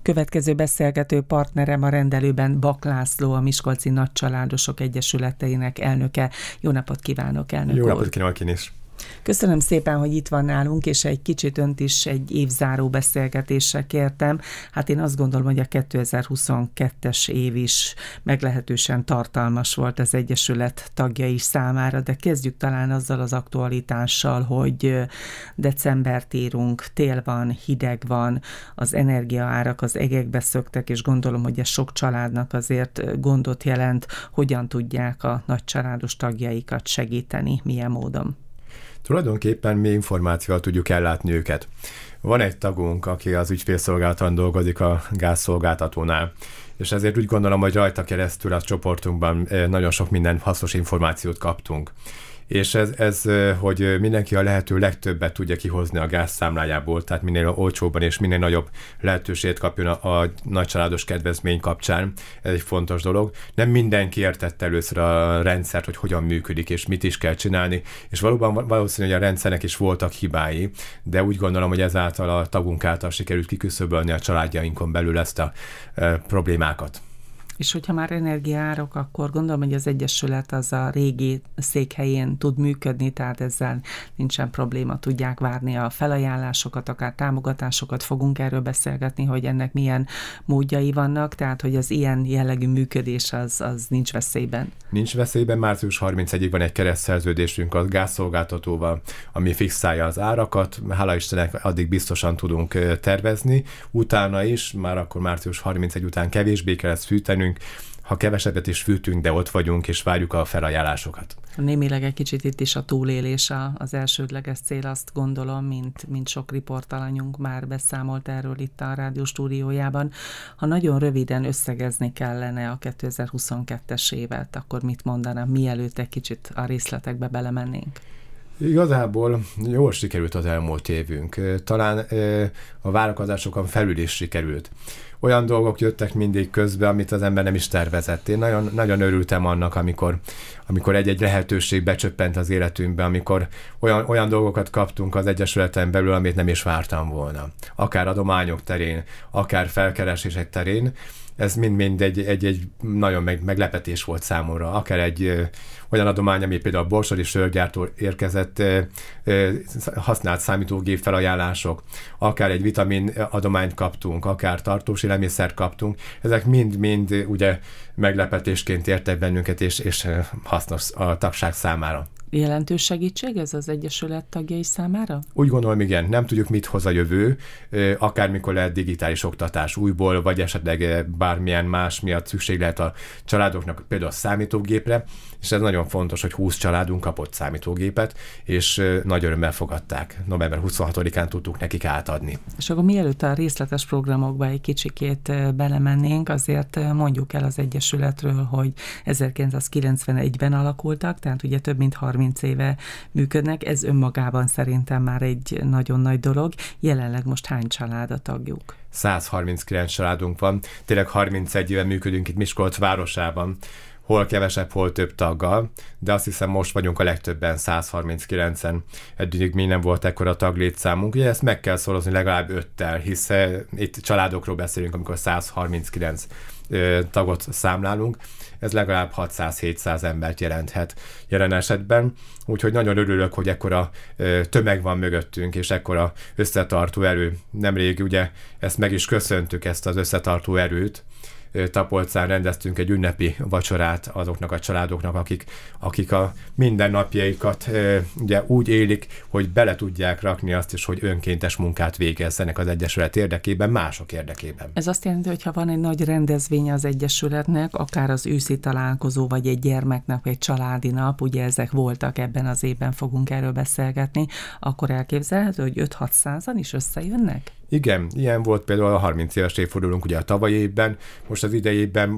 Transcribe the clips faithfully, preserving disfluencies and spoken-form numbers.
Következő beszélgető partnerem a rendelőben Bak László, a Miskolci Nagycsaládosok Egyesületeinek elnöke. Jó napot kívánok, elnök Jó úr! Jó napot kívánok én is! Köszönöm szépen, hogy itt van nálunk, és egy kicsit önt is egy évzáró beszélgetésre kértem. Hát én azt gondolom, hogy a kétezer-huszonkettes év is meglehetősen tartalmas volt az Egyesület tagjai számára, de kezdjük talán azzal az aktualitással, hogy decembert írunk, tél van, hideg van, az energiaárak az egekbe szöktek, és gondolom, hogy ez sok családnak azért gondot jelent. Hogyan tudják a nagycsaládos tagjaikat segíteni, milyen módon? Tulajdonképpen mi információval tudjuk ellátni őket. Van egy tagunk, aki az ügyfélszolgálaton dolgozik a gázszolgáltatónál, és ezért úgy gondolom, hogy rajta keresztül a csoportunkban nagyon sok minden hasznos információt kaptunk. És ez, ez, hogy mindenki a lehető legtöbbet tudja kihozni a gázszámlájából, tehát minél olcsóbban és minél nagyobb lehetőséget kapjon a, a nagycsaládos kedvezmény kapcsán. Ez egy fontos dolog. Nem mindenki értette először a rendszert, hogy hogyan működik és mit is kell csinálni, és valóban valószínű, hogy a rendszernek is voltak hibái, de úgy gondolom, hogy ezáltal a tagunk által sikerült kiküszöbölni a családjainkon belül ezt a e, problémákat. És hogyha már energiaárok, akkor gondolom, hogy az Egyesület az a régi székhelyén tud működni, tehát ezzel nincsen probléma, tudják várni a felajánlásokat, akár támogatásokat, fogunk erről beszélgetni, hogy ennek milyen módjai vannak, tehát hogy az ilyen jellegű működés az, az nincs veszélyben. Nincs veszélyben, március harmincegyedikéig van egy keretszerződésünk a gázszolgáltatóval, ami fixálja az árakat, hála Istennek addig biztosan tudunk tervezni, utána is, már akkor március harmincegyedike után kevésbé kell ezt fűteni, ha kevesebbet is fűtünk, de ott vagyunk, és várjuk a felajánlásokat. Némileg egy kicsit itt is a túlélés az elsődleges cél, azt gondolom, mint, mint sok riportalanyunk már beszámolt erről itt a rádió stúdiójában. Ha nagyon röviden összegezni kellene a kétezer-huszonkettes évet, akkor mit mondaná, mielőtt egy kicsit a részletekbe belemennénk? Igazából jól sikerült az elmúlt évünk. Talán a várakozásokon felül is sikerült. Olyan dolgok jöttek mindig közbe, amit az ember nem is tervezett. Én nagyon, nagyon örültem annak, amikor, amikor egy-egy lehetőség becsöppent az életünkbe, amikor olyan, olyan dolgokat kaptunk az Egyesületen belül, amit nem is vártam volna. Akár adományok terén, akár felkeresések terén. Ez mind-mind egy, egy, egy nagyon meg, meglepetés volt számomra. Akár egy ö, olyan adomány, ami például a borsodi sörgyártól érkezett ö, ö, használt számítógép felajánlások, akár egy vitamin adományt kaptunk, akár tartós élelmiszert kaptunk. Ezek mind-mind ugye meglepetésként értek bennünket, és, és hasznos a tagság számára. Jelentős segítség ez az Egyesület tagjai számára? Úgy gondolom, igen, nem tudjuk, mit hoz a jövő, akármikor lehet digitális oktatás újból, vagy esetleg bármilyen más miatt szükség lehet a családoknak, például a számítógépre, és ez nagyon fontos, hogy húsz családunk kapott számítógépet, és nagy örömmel fogadták. november huszonhatodikán tudtuk nekik átadni. És akkor mielőtt a részletes programokba egy kicsikét belemennénk, azért mondjuk el az Egyesületről, hogy ezerkilencszázkilencvenegyben alakultak, tehát ugye több mint harminc éve működnek, ez önmagában szerintem már egy nagyon nagy dolog. Jelenleg most hány család a tagjuk? száz harminckilenc családunk van, tényleg harmincegy éve működünk itt Miskolc városában, hol kevesebb, hol több taggal, de azt hiszem most vagyunk a legtöbben, száz harminckilencen. Eddig még nem volt ekkora taglétszámunk. Ugye ezt meg kell szorozni legalább öttel, hiszen itt családokról beszélünk, amikor száz harminckilenc ö, tagot számlálunk. Ez legalább hatszáz-hétszáz embert jelenthet jelen esetben. Úgyhogy nagyon örülök, hogy ekkora ö, tömeg van mögöttünk, és ekkora összetartó erő. Nemrég ugye ezt meg is köszöntük, ezt az összetartó erőt. Tapolcán rendeztünk egy ünnepi vacsorát azoknak a családoknak, akik, akik a mindennapjaikat e, ugye úgy élik, hogy bele tudják rakni azt is, hogy önkéntes munkát végezzenek az Egyesület érdekében, mások érdekében. Ez azt jelenti, hogy ha van egy nagy rendezvény az Egyesületnek, akár az őszi találkozó, vagy egy gyermeknap, egy családi nap, ugye ezek voltak ebben az évben, fogunk erről beszélgetni, akkor elképzelhető, hogy öt-hatszázan is összejönnek? Igen, ilyen volt például a harminc éves évfordulónk ugye a tavalyi évben, most az idei évben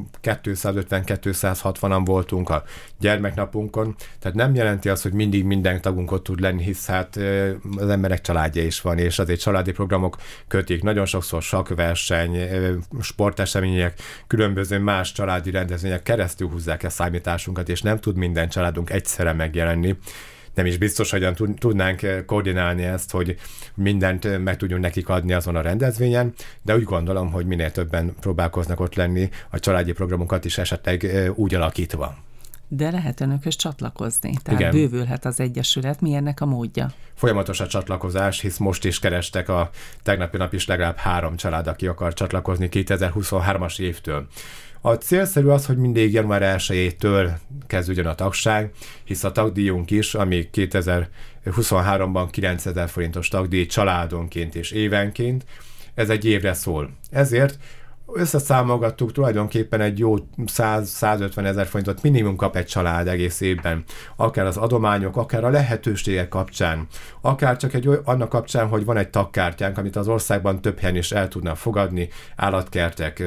kétszázötven-kétszázhatvanan voltunk a gyermeknapunkon, tehát nem jelenti azt, hogy mindig minden tagunk ott tud lenni, hisz hát az emberek családja is van, és azért családi programok kötik. Nagyon sokszor sakkverseny, sportesemények, különböző más családi rendezvények keresztül húzzák a számításunkat, és nem tud minden családunk egyszerre megjelenni. nem is biztos, hogyan tudnánk koordinálni ezt, hogy mindent meg tudjunk nekik adni azon a rendezvényen, de úgy gondolom, hogy minél többen próbálkoznak ott lenni, a családi programokat is esetleg úgy alakítva. De lehet önökhöz csatlakozni, tehát Igen. bővülhet az egyesület. Mi ennek a módja? Folyamatos a csatlakozás, hisz most is kerestek a tegnapi nap is legalább három család, aki akar csatlakozni kétezer-huszonhármas évtől. A célszerű az, hogy mindig január elsejétől kezdődjön a tagság, hisz a tagdíjunk is, ami kétezer-huszonháromban kilencezer forintos tagdíj családonként és évenként, ez egy évre szól. Ezért összeszámolgattuk, tulajdonképpen egy jó száz-százötven ezer forintot minimum kap egy család egész évben. Akár az adományok, akár a lehetőségek kapcsán, akár csak egy olyan, annak kapcsán, hogy van egy tagkártyánk, amit az országban több helyen is el tudnak fogadni, állatkertek,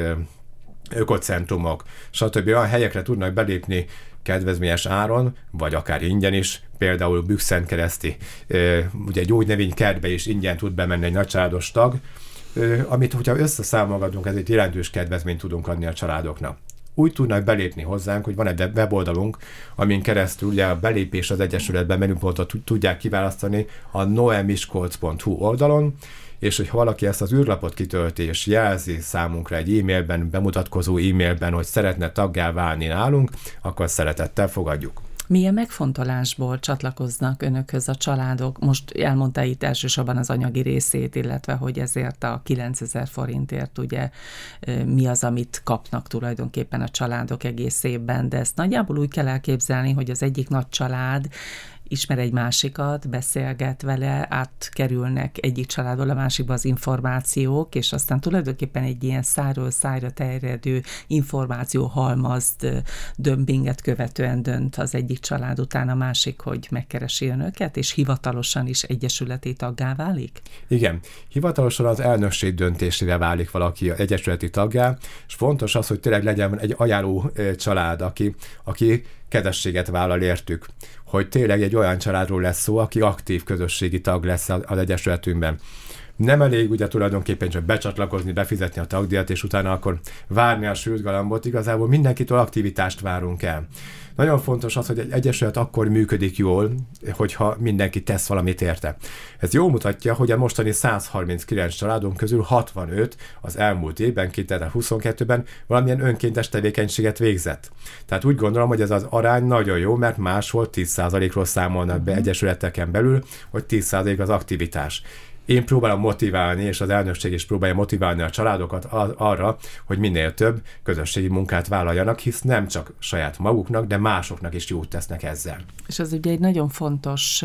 ökocentrumok, stb. Olyan helyekre tudnak belépni kedvezményes áron, vagy akár ingyen is, például Bükszentkereszti, ugye gyógynövénykertbe is ingyen tud bemenni egy nagycsaládos tag, amit, hogyha összeszámolgatunk, ez egy jelentős kedvezményt tudunk adni a családoknak. Úgy tudnak belépni hozzánk, hogy van egy weboldalunk, amin keresztül ugye a belépés az Egyesületben menüpontot tudják kiválasztani a noemiskolc pont hu oldalon, és hogyha valaki ezt az űrlapot kitölti és jelzi számunkra egy e-mailben, bemutatkozó e-mailben, hogy szeretne taggá válni nálunk, akkor szeretettel fogadjuk. Milyen megfontolásból csatlakoznak önökhöz a családok? Most elmondta itt elsősorban az anyagi részét, illetve hogy ezért a kilencezer forintért ugye mi az, amit kapnak tulajdonképpen a családok egész évben, de ezt nagyjából úgy kell elképzelni, hogy az egyik nagy család ismer egy másikat, beszélget vele, átkerülnek egyik családból a másikba az információk, és aztán tulajdonképpen egy ilyen szájról szájra terjedő információ halmazt, dömpinget követően dönt az egyik család után a másik, hogy megkeresi önöket, és hivatalosan is egyesületi taggá válik? Igen, hivatalosan az elnökség döntésére válik valaki egyesületi taggá, és fontos az, hogy tényleg legyen egy ajánló család, aki, aki kedvességet vállal értük, hogy tényleg egy olyan családról lesz szó, aki aktív közösségi tag lesz az egyesületünkben. Nem elég ugye tulajdonképpen csak becsatlakozni, befizetni a tagdíjat, és utána akkor várni a sült galambot, igazából mindenkitől aktivitást várunk el. Nagyon fontos az, hogy egy egyesület akkor működik jól, hogyha mindenki tesz valamit érte. Ez jól mutatja, hogy a mostani száz harminckilenc családunk közül hatvanöt az elmúlt évben, kétezer-huszonkettőben valamilyen önkéntes tevékenységet végzett. Tehát úgy gondolom, hogy ez az arány nagyon jó, mert máshol tíz százalékról számolnak be egyesületeken belül, hogy tíz százalék az aktivitás. Én próbálom motiválni, és az elnökség is próbálja motiválni a családokat arra, hogy minél több közösségi munkát vállaljanak, hisz nem csak saját maguknak, de másoknak is jót tesznek ezzel. És az ugye egy nagyon fontos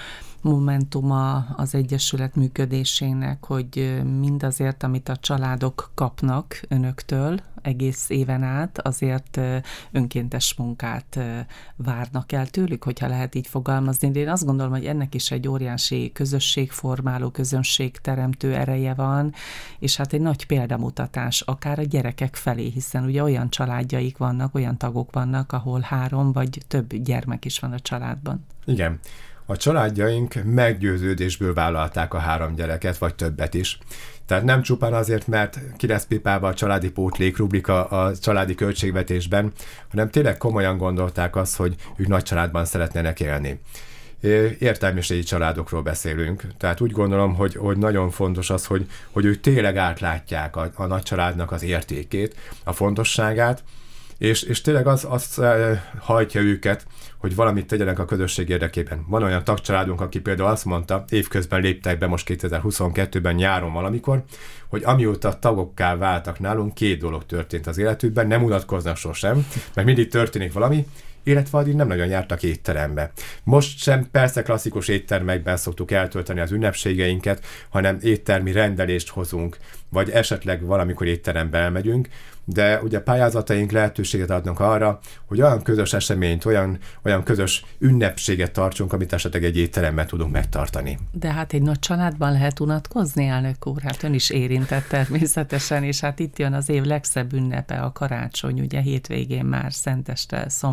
momentuma az egyesület működésének, hogy mindazért, amit a családok kapnak önöktől egész éven át, azért önkéntes munkát várnak el tőlük, hogyha lehet így fogalmazni. De én azt gondolom, hogy ennek is egy óriási közösségformáló, közönségteremtő ereje van, és hát egy nagy példamutatás akár a gyerekek felé, hiszen ugye olyan családjaik vannak, olyan tagok vannak, ahol három vagy több gyermek is van a családban. Igen. A családjaink meggyőződésből vállalták a három gyereket, vagy többet is. Tehát nem csupán azért, mert ki lesz pipálva a családi pótlék rubrika a családi költségvetésben, hanem tényleg komolyan gondolták azt, hogy ők nagy családban szeretnének élni. Értelmiségi családokról beszélünk. Tehát úgy gondolom, hogy, hogy nagyon fontos az, hogy, hogy ők tényleg átlátják a, a nagy családnak az értékét, a fontosságát, és, és tényleg az, az hajtja őket, hogy valamit tegyenek a közösség érdekében. Van olyan tagcsaládunk, aki például azt mondta, évközben léptek be most kétezer-huszonkettőben nyáron valamikor, hogy amióta tagokká váltak nálunk, két dolog történt az életükben, nem unatkoznak sosem, mert mindig történik valami, illetve addig nem nagyon jártak étterembe. Most sem persze klasszikus éttermekben szoktuk eltölteni az ünnepségeinket, hanem éttermi rendelést hozunk, vagy esetleg valamikor étterembe elmegyünk, de ugye pályázataink lehetőséget adnak arra, hogy olyan közös eseményt, olyan, olyan közös ünnepséget tartsunk, amit esetleg egy étteremben tudunk megtartani. De hát egy nagy családban lehet unatkozni, elnök úr, hát ön is érintett természetesen, és hát itt jön az év legszebb ünnepe, a karácsony, ugye hétvégén már szenteste, szombaton,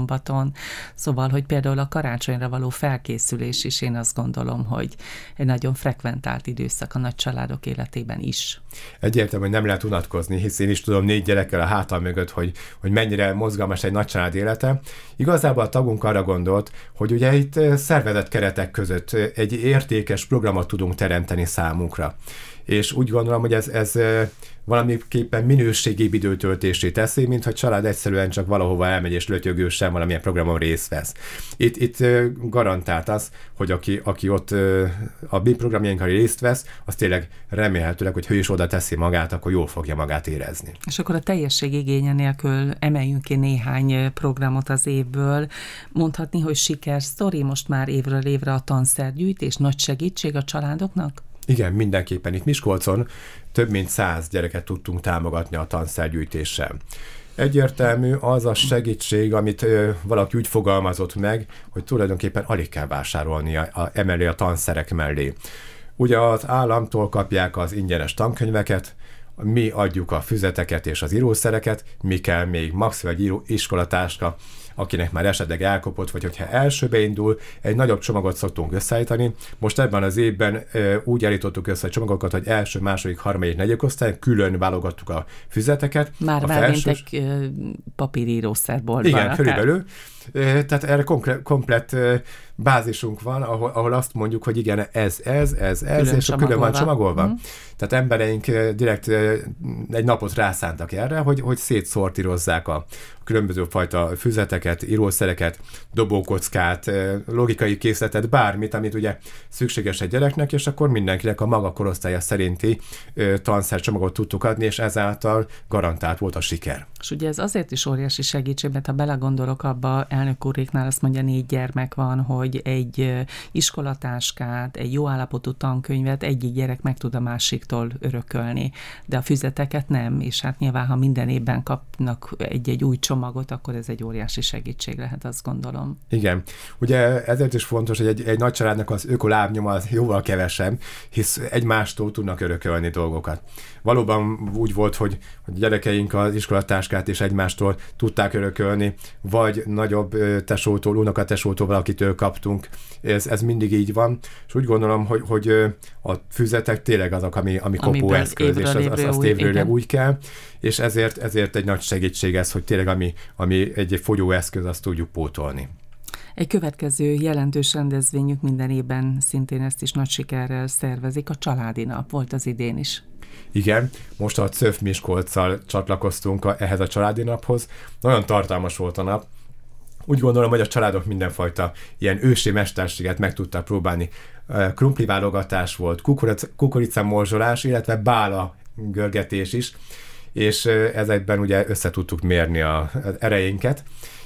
van. Szóval, hogy például a karácsonyra való felkészülés is, én azt gondolom, hogy egy nagyon frekventált időszak a nagy családok életében is. Egyértelmű, hogy nem lehet unatkozni, hisz én is tudom négy gyerekkel a hátam mögött, hogy, hogy mennyire mozgalmas egy nagy család élete. Igazából a tagunk arra gondolt, hogy ugye itt szervezett keretek között egy értékes programot tudunk teremteni számunkra. És úgy gondolom, hogy ez, ez valamiképpen minőségibb időtöltésé teszi, mint hogy család egyszerűen csak valahova elmegy és lötyögősen valamilyen programon részt vesz. Itt, itt garantált az, hogy aki, aki ott a mi programjainkon részt vesz, az tényleg remélhetőleg, hogy ő is oda teszi magát, akkor jól fogja magát érezni. És akkor a teljesség igénye nélkül emeljünk ki néhány programot az évből. Mondhatni, hogy sikersztori most már évről évre a tanszergyűjtés, nagy segítség a családoknak? Igen, mindenképpen itt Miskolcon több mint száz gyereket tudtunk támogatni a tanszergyűjtéssel. Egyértelmű az a segítség, amit ö, valaki úgy fogalmazott meg, hogy tulajdonképpen alig kell vásárolni a, a, emellé a tanszerek mellé. Ugye az államtól kapják az ingyenes tankönyveket, mi adjuk a füzeteket és az írószereket, mi kell még max vagy író, iskolatáska, akinek már esetleg elkopott, vagy hogyha elsőbe indul, egy nagyobb csomagot szoktunk összeállítani. Most ebben az évben e, úgy állítottuk össze a csomagokat, hogy első, második, harmadik, negyedik osztály, külön válogattuk a füzeteket. Már vármintek felsős... papírírószerboltban. Igen, körülbelül. E, tehát erre komple- komplett e, bázisunk van, ahol, ahol azt mondjuk, hogy igen, ez, ez, ez, ez, külön és külön van csomagolva. Mm. Tehát embereink direkt egy napot rászántak erre, hogy, hogy szétszortírozzák a különböző fajta füzeteket, írószereket, dobókockát, logikai készletet, bármit, amit ugye szükséges egy gyereknek, és akkor mindenkinek a maga korosztálya szerinti tanszercsomagot tudtuk adni, és ezáltal garantált volt a siker. És ugye ez azért is óriási segítség, mert ha belegondolok abba, elnök úréknál azt mondja, négy gyermek van, hogy egy iskolatáskát, egy jó állapotú tankönyvet egyik gyerek meg tud a másiktól örökölni, de a füzeteket nem, és hát nyilván, ha minden évben kapnak egy-egy új csomagot, akkor ez egy óriási segítség lehet, azt gondolom. Igen. Ugye ezért is fontos, hogy egy, egy nagy családnak az ökolábnyoma az jóval kevesebb, hisz egymástól tudnak örökölni dolgokat. Valóban úgy volt, hogy, hogy gyerekeink az iskolatáskát is egymástól tudták örökölni, vagy nagyobb tesótól, unokatesótól valakitől kaptunk. Ez, ez mindig így van, és úgy gondolom, hogy, hogy a füzetek tényleg azok, ami, ami kopóeszköz, és az, az, azt évről úgy kell, és ezért, ezért egy nagy segítség ez, hogy tényleg ami, ami egy fogyóeszköz, azt tudjuk pótolni. Egy következő jelentős rendezvényük minden évben szintén ezt is nagy sikerrel szervezik, a Családi Nap volt az idén is. Igen, most a cé ö ef Miskolccal csatlakoztunk a, ehhez a Családi Naphoz. Nagyon tartalmas volt a nap. Úgy gondolom, hogy a családok mindenfajta ilyen ősi mesterséget meg tudtak próbálni. Krumpliválogatás volt, kukoricamorzsolás, illetve bála görgetés is, és ezekben ugye össze tudtuk mérni az erejénket,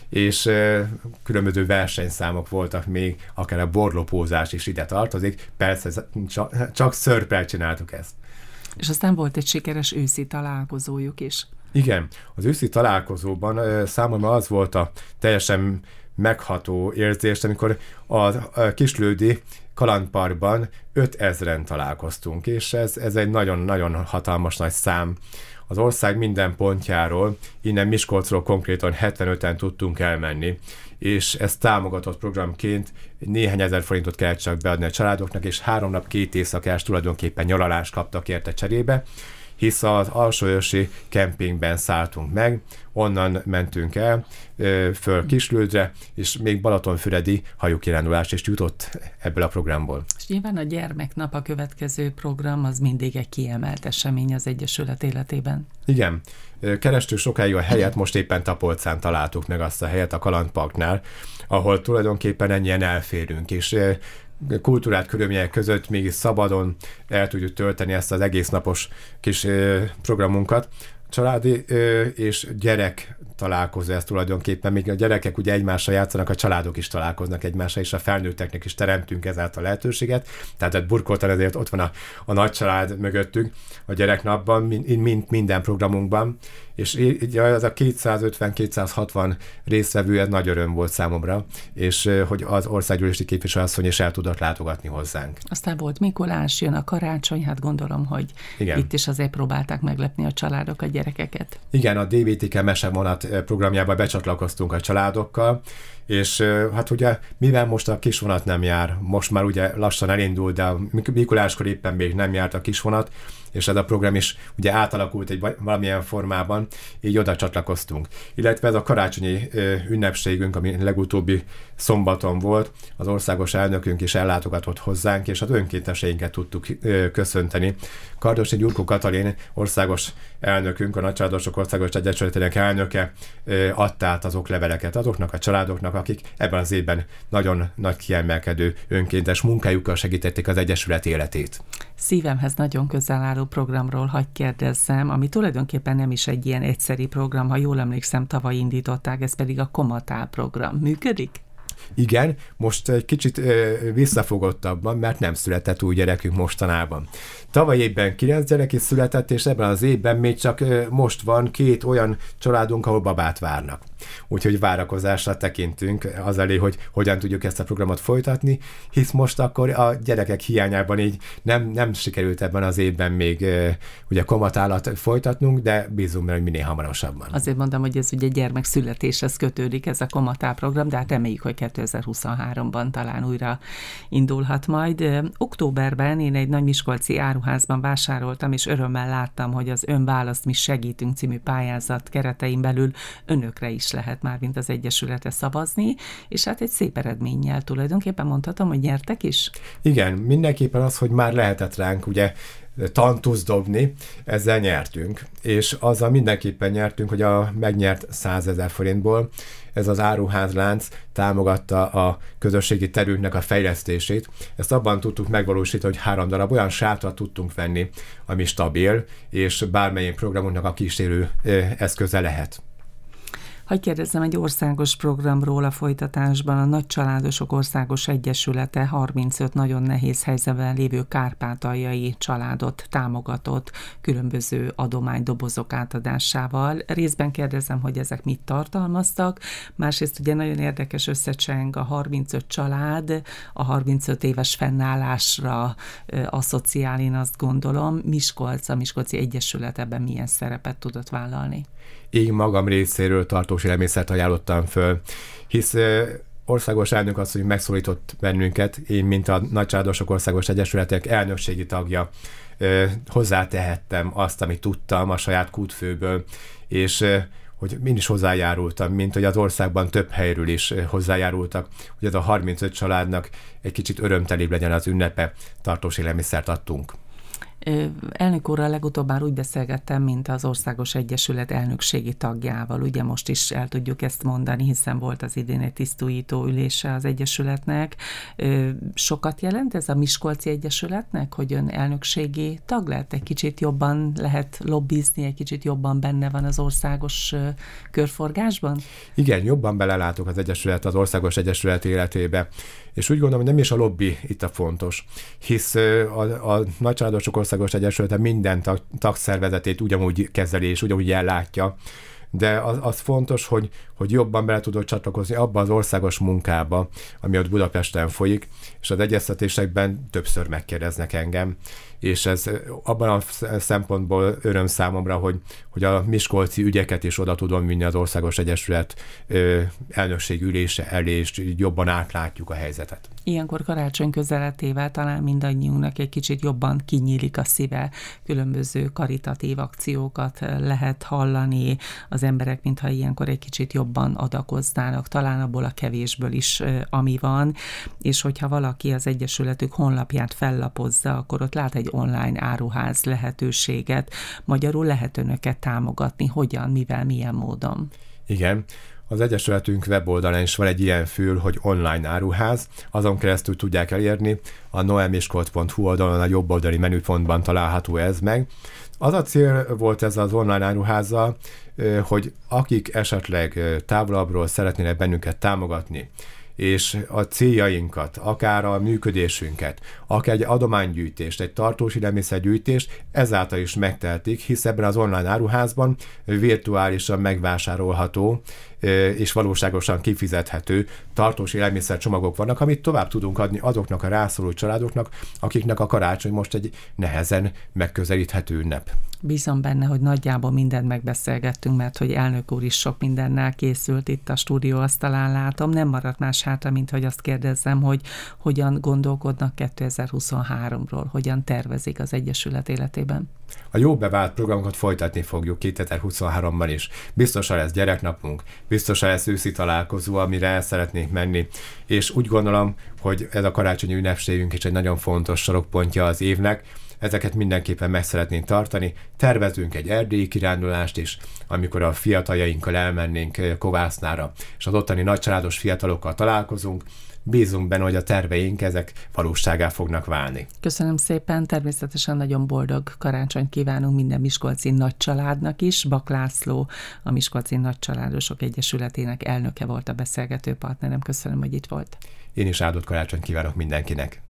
és különböző versenyszámok voltak még, akár a borlopózás is ide tartozik, persze csak, csak szörppel csináltuk ezt. És aztán volt egy sikeres őszi találkozójuk is. Igen, az őszi találkozóban számomra az volt a teljesen megható érzés, amikor a Kislődi kalandparkban ötezren találkoztunk, és ez, ez egy nagyon-nagyon hatalmas nagy szám. Az ország minden pontjáról, innen Miskolcról konkrétan hetvenöten tudtunk elmenni, és ez támogatott programként néhány ezer forintot kellett csak beadni a családoknak, és három nap, két éjszakás tulajdonképpen nyaralást kaptak érte cserébe, hisz az alsóörsi kempingben szálltunk meg, onnan mentünk el föl Kislődre, és még Balatonfüredi hajókirándulás is jutott ebből a programból. És nyilván a gyermeknap, a következő program, az mindig egy kiemelt esemény az Egyesület életében. Igen. Kerestük sokáig a helyet, most éppen Tapolcán találtuk meg azt a helyet a Kalandparknál, ahol tulajdonképpen ennyien elférünk, és kultúrát körülmények között még szabadon el tudjuk tölteni ezt az egész napos kis programunkat. Családi és gyerek találkozó ez tulajdonképpen, még a gyerekek ugye egymással játszanak, a családok is találkoznak egymással, és a felnőtteknek is teremtünk ezáltal lehetőséget. Tehát burkoltan ezért ott van a, a nagy család mögöttünk a gyereknapban, mind, mind, minden programunkban, és az a kétszázötven-kétszázhatvan résztvevő, ez nagy öröm volt számomra, és hogy az országgyűlési képviselőasszony is el tudott látogatni hozzánk. Aztán volt Mikulás, jön a karácsony, hát gondolom, hogy igen, itt is azért próbálták meglepni a családok a gyerekeket. Igen, a dé vé té ká mesevonat programjába becsatlakoztunk a családokkal, és hát ugye, mivel most a kisvonat nem jár, most már ugye lassan elindul, de a Mikuláskor éppen még nem járt a kisvonat, és ez a program is ugye átalakult egy valamilyen formában, így oda csatlakoztunk. Illetve ez a karácsonyi ünnepségünk, ami legutóbbi szombaton volt, az országos elnökünk is ellátogatott hozzánk, és az önkénteseinket tudtuk köszönteni. Kardossy Gyurkó Katalin országos elnökünk, a Nagycsaládosok Országos Egyesületének elnöke adta át az okleveleket azoknak a családoknak, akik ebben az évben nagyon nagy kiemelkedő önkéntes munkájukkal segítették az Egyesület életét. Szívemhez nagyon közel álló programról hadd kérdezzem, ami tulajdonképpen nem is egy ilyen egyszeri program, ha jól emlékszem, tavaly indították, ez pedig a Komatál program. Működik? Igen, most egy kicsit ö, visszafogottabban, mert nem született új gyerekünk mostanában. Tavaly évben kilenc gyerek is született, és ebben az évben még csak ö, most van két olyan családunk, ahol babát várnak. Úgyhogy várakozásra tekintünk az elé, hogy hogyan tudjuk ezt a programot folytatni, hisz most akkor a gyerekek hiányában így nem, nem sikerült ebben az évben még ö, ugye komatálat folytatnunk, de bízunk benne, hogy minél hamarosabban. Azért mondom, hogy ez ugye gyermek születéshez kötődik ez a Komatál program, de hát reméljük, hogy kétezer-huszonháromban talán újra indulhat majd. Októberben én egy nagy miskolci áruházban vásároltam, és örömmel láttam, hogy az Ön választ, mi segítünk című pályázat keretein belül önökre is lehet már, mint az Egyesületre szavazni, és hát egy szép eredménnyel tulajdonképpen mondhatom, hogy nyertek is? Igen, mindenképpen az, hogy már lehetett ránk ugye tantusz dobni, ezzel nyertünk, és azzal mindenképpen nyertünk, hogy a megnyert százezer forintból ez az áruházlánc támogatta a közösségi területnek a fejlesztését. Ezt abban tudtuk megvalósítani, hogy három darab olyan sátrat tudtunk venni, ami stabil, és bármelyik programunknak a kísérő eszköze lehet. Hadd kérdezzem egy országos programról a folytatásban. A Nagycsaládosok Országos Egyesülete harmincöt nagyon nehéz helyzetben lévő kárpátaljai családot támogatott különböző adománydobozok átadásával. Részben kérdezem, hogy ezek mit tartalmaztak. Másrészt ugye nagyon érdekes összecseng a harmincöt család, a harmincöt éves fennállásra asszociál, én azt gondolom. Miskolc, a Miskolci Egyesület ebben milyen szerepet tudott vállalni? Én magam részéről tartós élelmiszert ajánlottam föl, hisz ö, országos elnök asszony megszólított bennünket, én, mint a Nagycsaládosok Országos Egyesületek elnökségi tagja, ö, hozzátehettem azt, amit tudtam a saját kútfőből, és ö, hogy mind is hozzájárultam, mint hogy az országban több helyről is hozzájárultak, hogy ez a harmincöt családnak egy kicsit örömtelibb legyen az ünnepe, tartós élelmiszert adtunk. Elnök úrral legutóbb már úgy beszélgettem, mint az Országos Egyesület elnökségi tagjával. Ugye most is el tudjuk ezt mondani, hiszen volt az idén egy tisztújító ülése az Egyesületnek. Sokat jelent ez a Miskolci Egyesületnek, hogy ön elnökségi tag lett? Egy kicsit jobban lehet lobbizni, egy kicsit jobban benne van az országos körforgásban? Igen, jobban belelátok az Egyesület, az Országos Egyesület életébe. És úgy gondolom, hogy nem is a lobby itt a fontos, hisz a, a Nagycsaládosok Országos Egyesülete minden tag, tagszervezetét ugyanúgy kezeli és ugyanúgy ellátja, de az, az fontos, hogy, hogy jobban bele tudod csatlakozni abba az országos munkába, ami ott Budapesten folyik, és az egyeztetésekben többször megkérdeznek engem, és ez abban a szempontból öröm számomra, hogy, hogy a miskolci ügyeket is oda tudom vinni az Országos Egyesület ö, elnökség ülése elé, és jobban átlátjuk a helyzetet. Ilyenkor karácsony közeletével talán mindannyiunknak egy kicsit jobban kinyílik a szíve, különböző karitatív akciókat lehet hallani, az emberek mintha ilyenkor egy kicsit jobban adakoznának, talán abból a kevésből is, ami van, és hogyha valaki az Egyesületük honlapját fellapozza, akkor ott lát egy online áruház lehetőséget, magyarul lehet önöket támogatni, hogyan, mivel, milyen módon. Igen. Az Egyesületünk weboldalán is van egy ilyen fül, hogy online áruház, azon keresztül tudják elérni, a noelmiskolc pont hu oldalon a jobb oldali menüpontban található ez meg. Az a cél volt ez az online áruházzal, hogy akik esetleg távolabbról szeretnének bennünket támogatni, és a céljainkat, akár a működésünket, akár egy adománygyűjtést, egy tartós élelmiszergyűjtést ezáltal is megtehetik, hisz ebben az online áruházban virtuálisan megvásárolható és valóságosan kifizethető tartós élelmiszer csomagok vannak, amit tovább tudunk adni azoknak a rászoruló családoknak, akiknek a karácsony most egy nehezen megközelíthető ünnep. Bízom benne, hogy nagyjából mindent megbeszélgettünk, mert hogy elnök úr is sok mindennel készült itt a stúdió asztalán, látom. Nem maradt más hátra, mint hogy azt kérdezzem, hogy hogyan gondolkodnak kétezer-huszonháromról, hogyan tervezik az Egyesület életében. A jó bevált programokat folytatni fogjuk kétezer-huszonháromban is. Biztosan lesz gyereknapunk, biztosan lesz őszi találkozó, amire el szeretnénk menni, és úgy gondolom, hogy ez a karácsonyi ünnepségünk is egy nagyon fontos sarokpontja az évnek. Ezeket mindenképpen meg szeretnénk tartani. Tervezünk egy erdélyi kirándulást is, amikor a fiataljainkkal elmennénk Kovásznára, és az ottani nagycsaládos fiatalokkal találkozunk. Bízunk benne, hogy a terveink ezek valóságá fognak válni. Köszönöm szépen, természetesen nagyon boldog karácsonyt kívánunk minden miskolci nagycsaládnak is. Bak László, a Miskolci Nagycsaládosok Egyesületének elnöke volt a beszélgető partnerem. Köszönöm, hogy itt volt. Én is áldott karácsonyt kívánok mindenkinek.